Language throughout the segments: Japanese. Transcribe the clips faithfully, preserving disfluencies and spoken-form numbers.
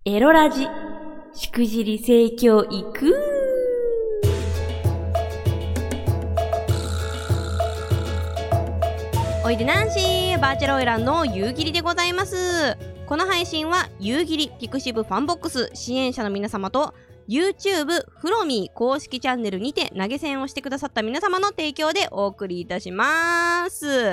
エロラジ、しくじり性教育。おいでナンシー、バーチャルオイランの夕霧でございます。この配信は夕霧ピクシブファンボックス支援者の皆様と YouTube フロミー公式チャンネルにて投げ銭をしてくださった皆様の提供でお送りいたします。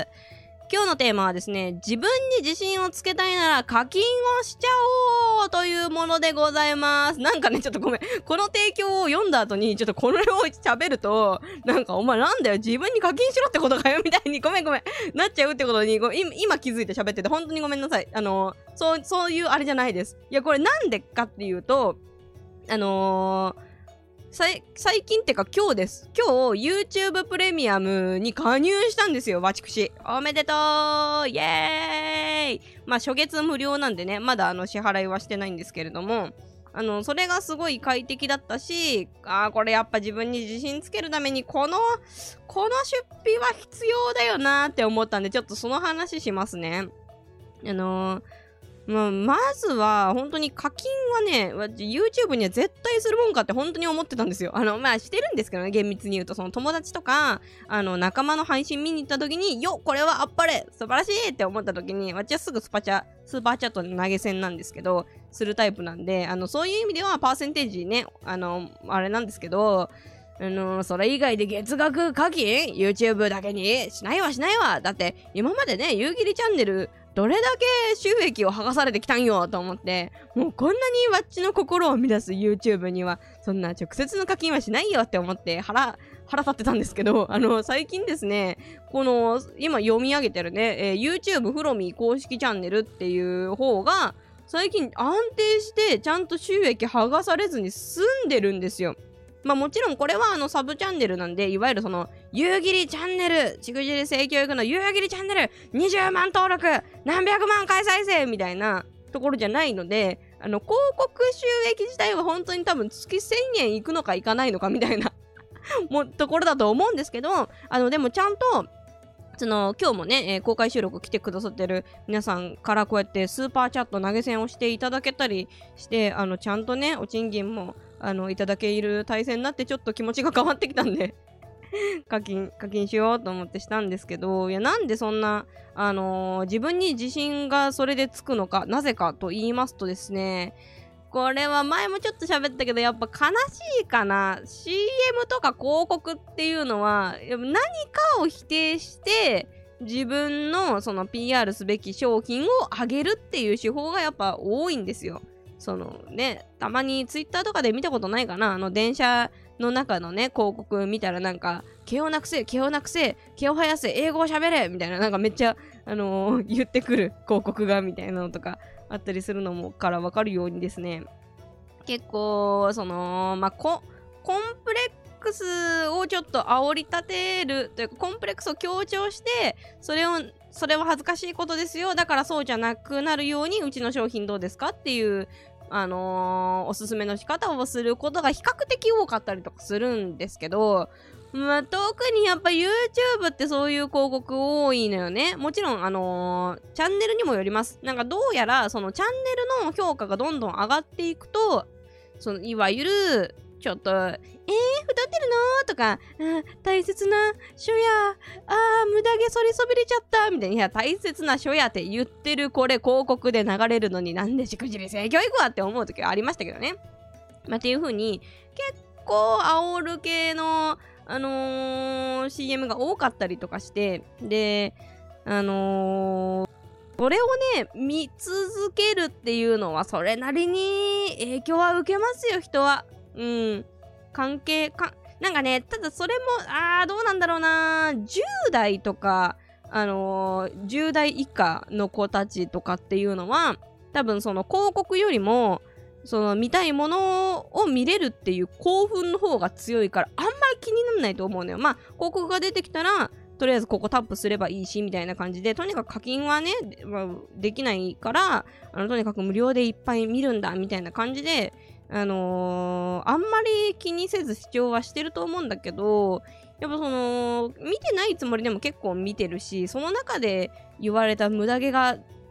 今日のテーマはですね、自分に自信をつけたいなら課金をしちゃおうというものでございます。なんかね、ちょっとごめん。この提供を読んだ後に、ちょっとこれを喋ると、なんかお前なんだよ、自分に課金しろってことかよみたいに、ごめんごめん、なっちゃうってことに、ご今気づいて喋ってて、本当にごめんなさい。あの、そう、そういうあれじゃないです。いや、これなんでかっていうと、あのー、最近ってか今日です。今日 YouTube プレミアムに加入したんですよ、わちくし。おめでとうイエーイ。まあ初月無料なんでね、まだあの支払いはしてないんですけれども、あの、それがすごい快適だったし、あーこれやっぱ自分に自信つけるためにこの、この出費は必要だよなーって思ったんで、ちょっとその話しますね。あのーまあ、まずは本当に課金はね YouTube には絶対するもんかって本当に思ってたんですよ。あのまあしてるんですけどね、厳密に言うとその友達とかあの仲間の配信見に行った時によっこれはあっぱれ素晴らしいって思った時に私はすぐスパチャスーパーチャットで投げ銭なんですけどするタイプなんで、あのそういう意味ではパーセンテージねあのあれなんですけど、あのー、それ以外で月額課金 YouTube だけにしないわしないわ。だって今までね夕霧チャンネルどれだけ収益を剥がされてきたんよと思って、もうこんなにわっちの心を乱す YouTube にはそんな直接の課金はしないよって思って腹腹立ってたんですけど、あの最近ですね、この今読み上げてるね、えー、YouTube フロミー公式チャンネルっていう方が最近安定してちゃんと収益剥がされずに済んでるんですよ。まあもちろんこれはあのサブチャンネルなんで、いわゆるその夕霧チャンネル、しくじり性教育の夕霧チャンネルにじゅうまん登録何百万回再生みたいなところじゃないので、あの広告収益自体は本当に多分月せんえんいくのかいかないのかみたいなもところだと思うんですけど、あのでもちゃんとその今日もね、えー、公開収録来てくださってる皆さんからこうやってスーパーチャット投げ銭をしていただけたりして、あのちゃんとねお賃金もあのいただける体制になってちょっと気持ちが変わってきたんで課金課金しようと思ってしたんですけど、いやなんでそんなあのー、自分に自信がそれでつくのか、なぜかと言いますとですね、これは前もちょっと喋ったけどやっぱ悲しいかな。 シーエム とか広告っていうのは何かを否定して自分のその ピーアール すべき商品を上げるっていう手法がやっぱ多いんですよ。そのね、たまにツイッターとかで見たことないかな、あの電車の中のね広告見たらなんか毛をなくせ毛をなくせ毛を生やせ英語を喋れみたいな、なんかめっちゃあのー、言ってくる広告がみたいなのとかあったりするのもから分かるようにですね、結構そのまあココンプレックスをちょっと煽り立てるというか、コンプレックスを強調してそれをそれは恥ずかしいことですよ、だからそうじゃなくなるようにうちの商品どうですかっていうあのー、おすすめの仕方をすることが比較的多かったりとかするんですけど、まあ、特にやっぱ YouTube ってそういう広告多いのよね。もちろんあのー、チャンネルにもよります。なんかどうやらそのチャンネルの評価がどんどん上がっていくと、そのいわゆるちょっとえー、太ってるのとか、あ大切な書やあー無駄毛そりそびれちゃったみたいな、いや大切な書やって言ってるこれ広告で流れるのになんでしくじり性教育はって思う時はありましたけどね。まあ、っていう風に結構煽る系のあのー、シーエム が多かったりとかして、であのーそれをね見続けるっていうのはそれなりに影響は受けますよ、人は。うん関係かなんかね、ただそれもあーどうなんだろうな、じゅう代とかあのー、じゅう代以下の子たちとかっていうのは多分その広告よりもその見たいものを見れるっていう興奮の方が強いからあんまり気にならないと思うのよ。まあ広告が出てきたらとりあえずここタップすればいいしみたいな感じで、とにかく課金はね、まあ、できないからあのとにかく無料でいっぱい見るんだみたいな感じで、あのー、あんまり気にせず視聴はしてると思うんだけど、やっぱその見てないつもりでも結構見てるし、その中で言われた無駄毛が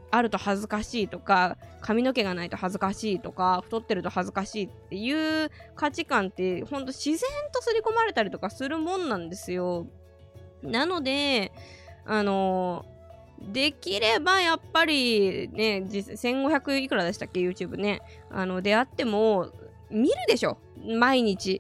あると恥ずかしいとか、髪の毛がないと恥ずかしいとか、太ってると恥ずかしいっていう価値観ってほんと自然と刷り込まれたりとかするもんなんですよ。なのであのできればやっぱりね、せんごひゃくいくらでしたっけ YouTube ね、あのであっても見るでしょ毎日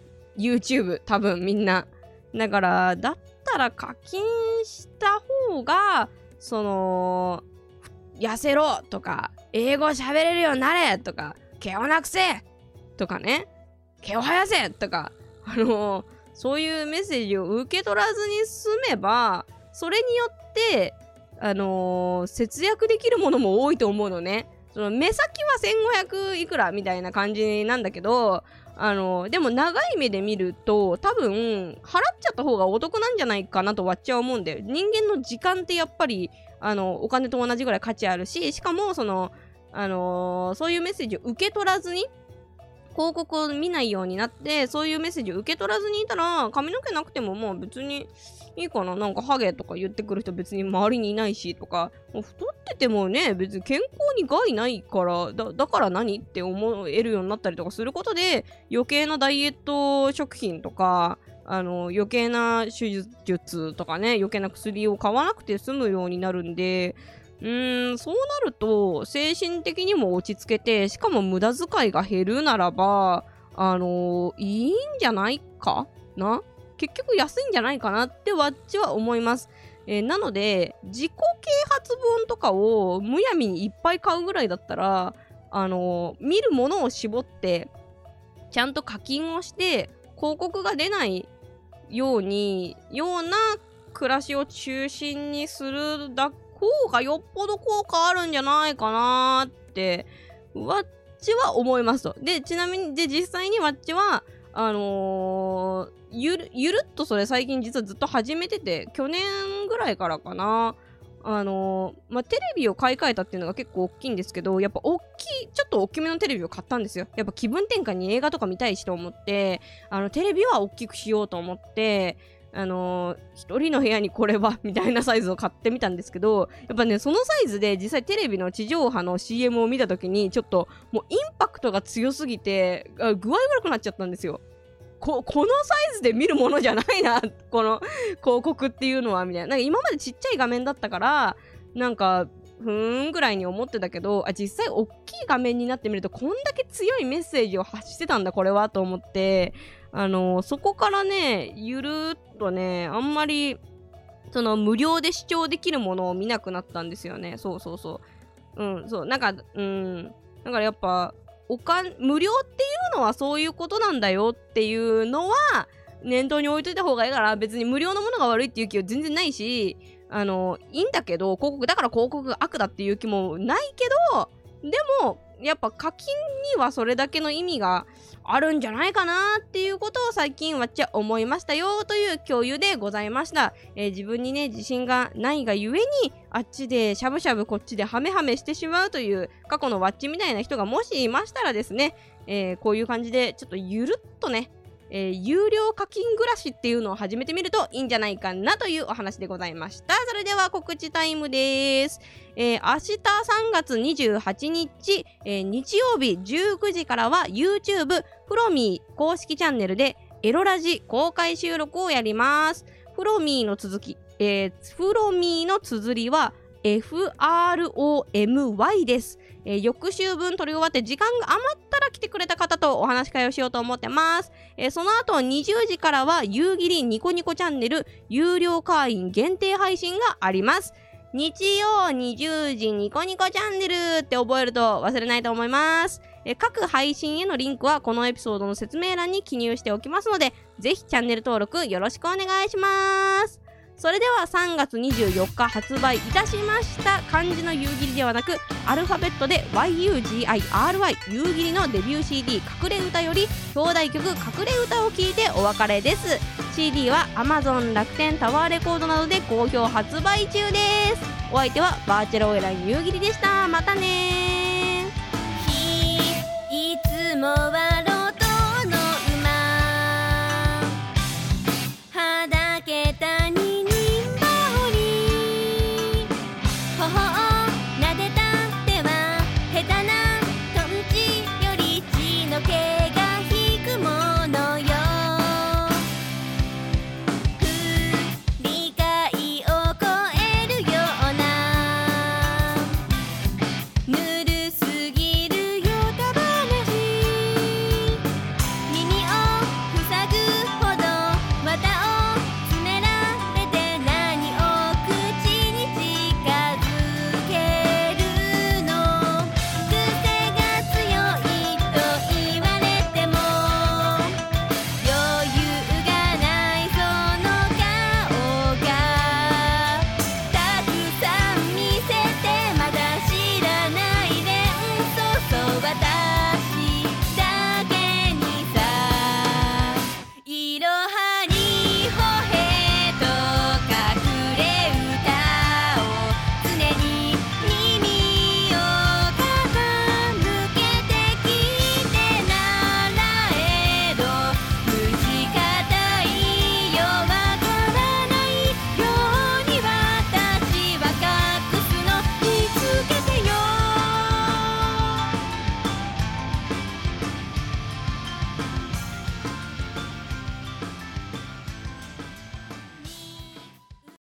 YouTube 多分みんな。だからだったら課金した方がその痩せろとか英語喋れるようになれとか毛をなくせとかね、毛を生やせとか、あのー、そういうメッセージを受け取らずに済めば、それによってあのー、節約できるものも多いと思うのね。その目先はせんごひゃくいくらみたいな感じなんだけど、あのー、でも長い目で見ると多分払っちゃった方がお得なんじゃないかなとわっちは思うんだよ。人間の時間ってやっぱりあのお金と同じぐらい価値あるし、しかもその、あのー、そういうメッセージを受け取らずに広告を見ないようになって、そういうメッセージを受け取らずにいたら髪の毛なくてももう別にいいかな、なんかハゲとか言ってくる人別に周りにいないしとか、もう太っててもね別に健康に害ないからだ、だから何って思えるようになったりとかすることで、余計なダイエット食品とかあの余計な手術とかね、余計な薬を買わなくて済むようになるんで、うーんそうなると精神的にも落ち着けて、しかも無駄遣いが減るならばあのー、いいんじゃないかな、結局安いんじゃないかなってわっちは思います。えー、なので自己啓発本とかをむやみにいっぱい買うぐらいだったら、あのー、見るものを絞ってちゃんと課金をして広告が出ないようにような暮らしを中心にするだ方がよっぽど効果あるんじゃないかなってわっちは思いますと。でちなみにで実際にわっちはあのー、ゆるゆるっとそれ最近実はずっと始めてて、去年ぐらいからかな、あのー、まあ、テレビを買い替えたっていうのが結構大きいんですけど、やっぱ大きいちょっと大きめのテレビを買ったんですよ。やっぱ気分転換に映画とか見たいしと思って、あのテレビは大きくしようと思って、あのー、一人の部屋にこれはみたいなサイズを買ってみたんですけど、やっぱねそのサイズで実際テレビの地上波の シーエム を見た時にちょっともうインパクトが強すぎて具合悪くなっちゃったんですよ。こ, このサイズで見るものじゃないなこの広告っていうのはみたいな。なんか今までちっちゃい画面だったからなんかふーんぐらいに思ってたけど、あ実際大きい画面になってみるとこんだけ強いメッセージを発してたんだこれはと思って、あのー、そこからねゆるーっとねあんまりその無料で視聴できるものを見なくなったんですよね。そうそうそううんそうなんかうんだからやっぱお金無料っていうのはそういうことなんだよっていうのは念頭に置いといた方がいいから、別に無料のものが悪いっていう気は全然ないし、あのいいんだけど広告だから広告が悪だっていう気もないけど、でもやっぱ課金にはそれだけの意味があるんじゃないかなっていうことを最近わっちゃ思いましたよという共有でございました。えー、自分にね自信がないがゆえにあっちでしゃぶしゃぶこっちでハメハメしてしまうという過去のわっちみたいな人がもしいましたらですね、えー、こういう感じでちょっとゆるっとねえー、有料課金暮らしっていうのを始めてみるといいんじゃないかなというお話でございました。それでは告知タイムです。えー、明日さんがつにじゅうはちにち、えー、日曜日じゅうくじからは YouTube フロミー公式チャンネルでエロラジ公開収録をやります。フロミーの続き、えー、フロミーの綴りは エフアールオーエムワイ です。えー、翌週分撮り終わって時間が余ったら来てくれた方とお話し会をしようと思ってます。えー、その後にじゅうじからは夕霧ニコニコチャンネル有料会員限定配信があります。日曜にじゅうじニコニコチャンネルって覚えると忘れないと思います。えー、各配信へのリンクはこのエピソードの説明欄に記入しておきますので、ぜひチャンネル登録よろしくお願いします。それではさんがつにじゅうよっか発売いたしました漢字の夕霧ではなくアルファベットで ワイユージーアイアールワイ 夕霧のデビュー シーディー 隠れ歌より表題曲隠れ歌を聴いてお別れです。 シーディー は Amazon 楽天タワーレコードなどで好評発売中です。お相手はバーチャルオイラ夕霧でした。またねー。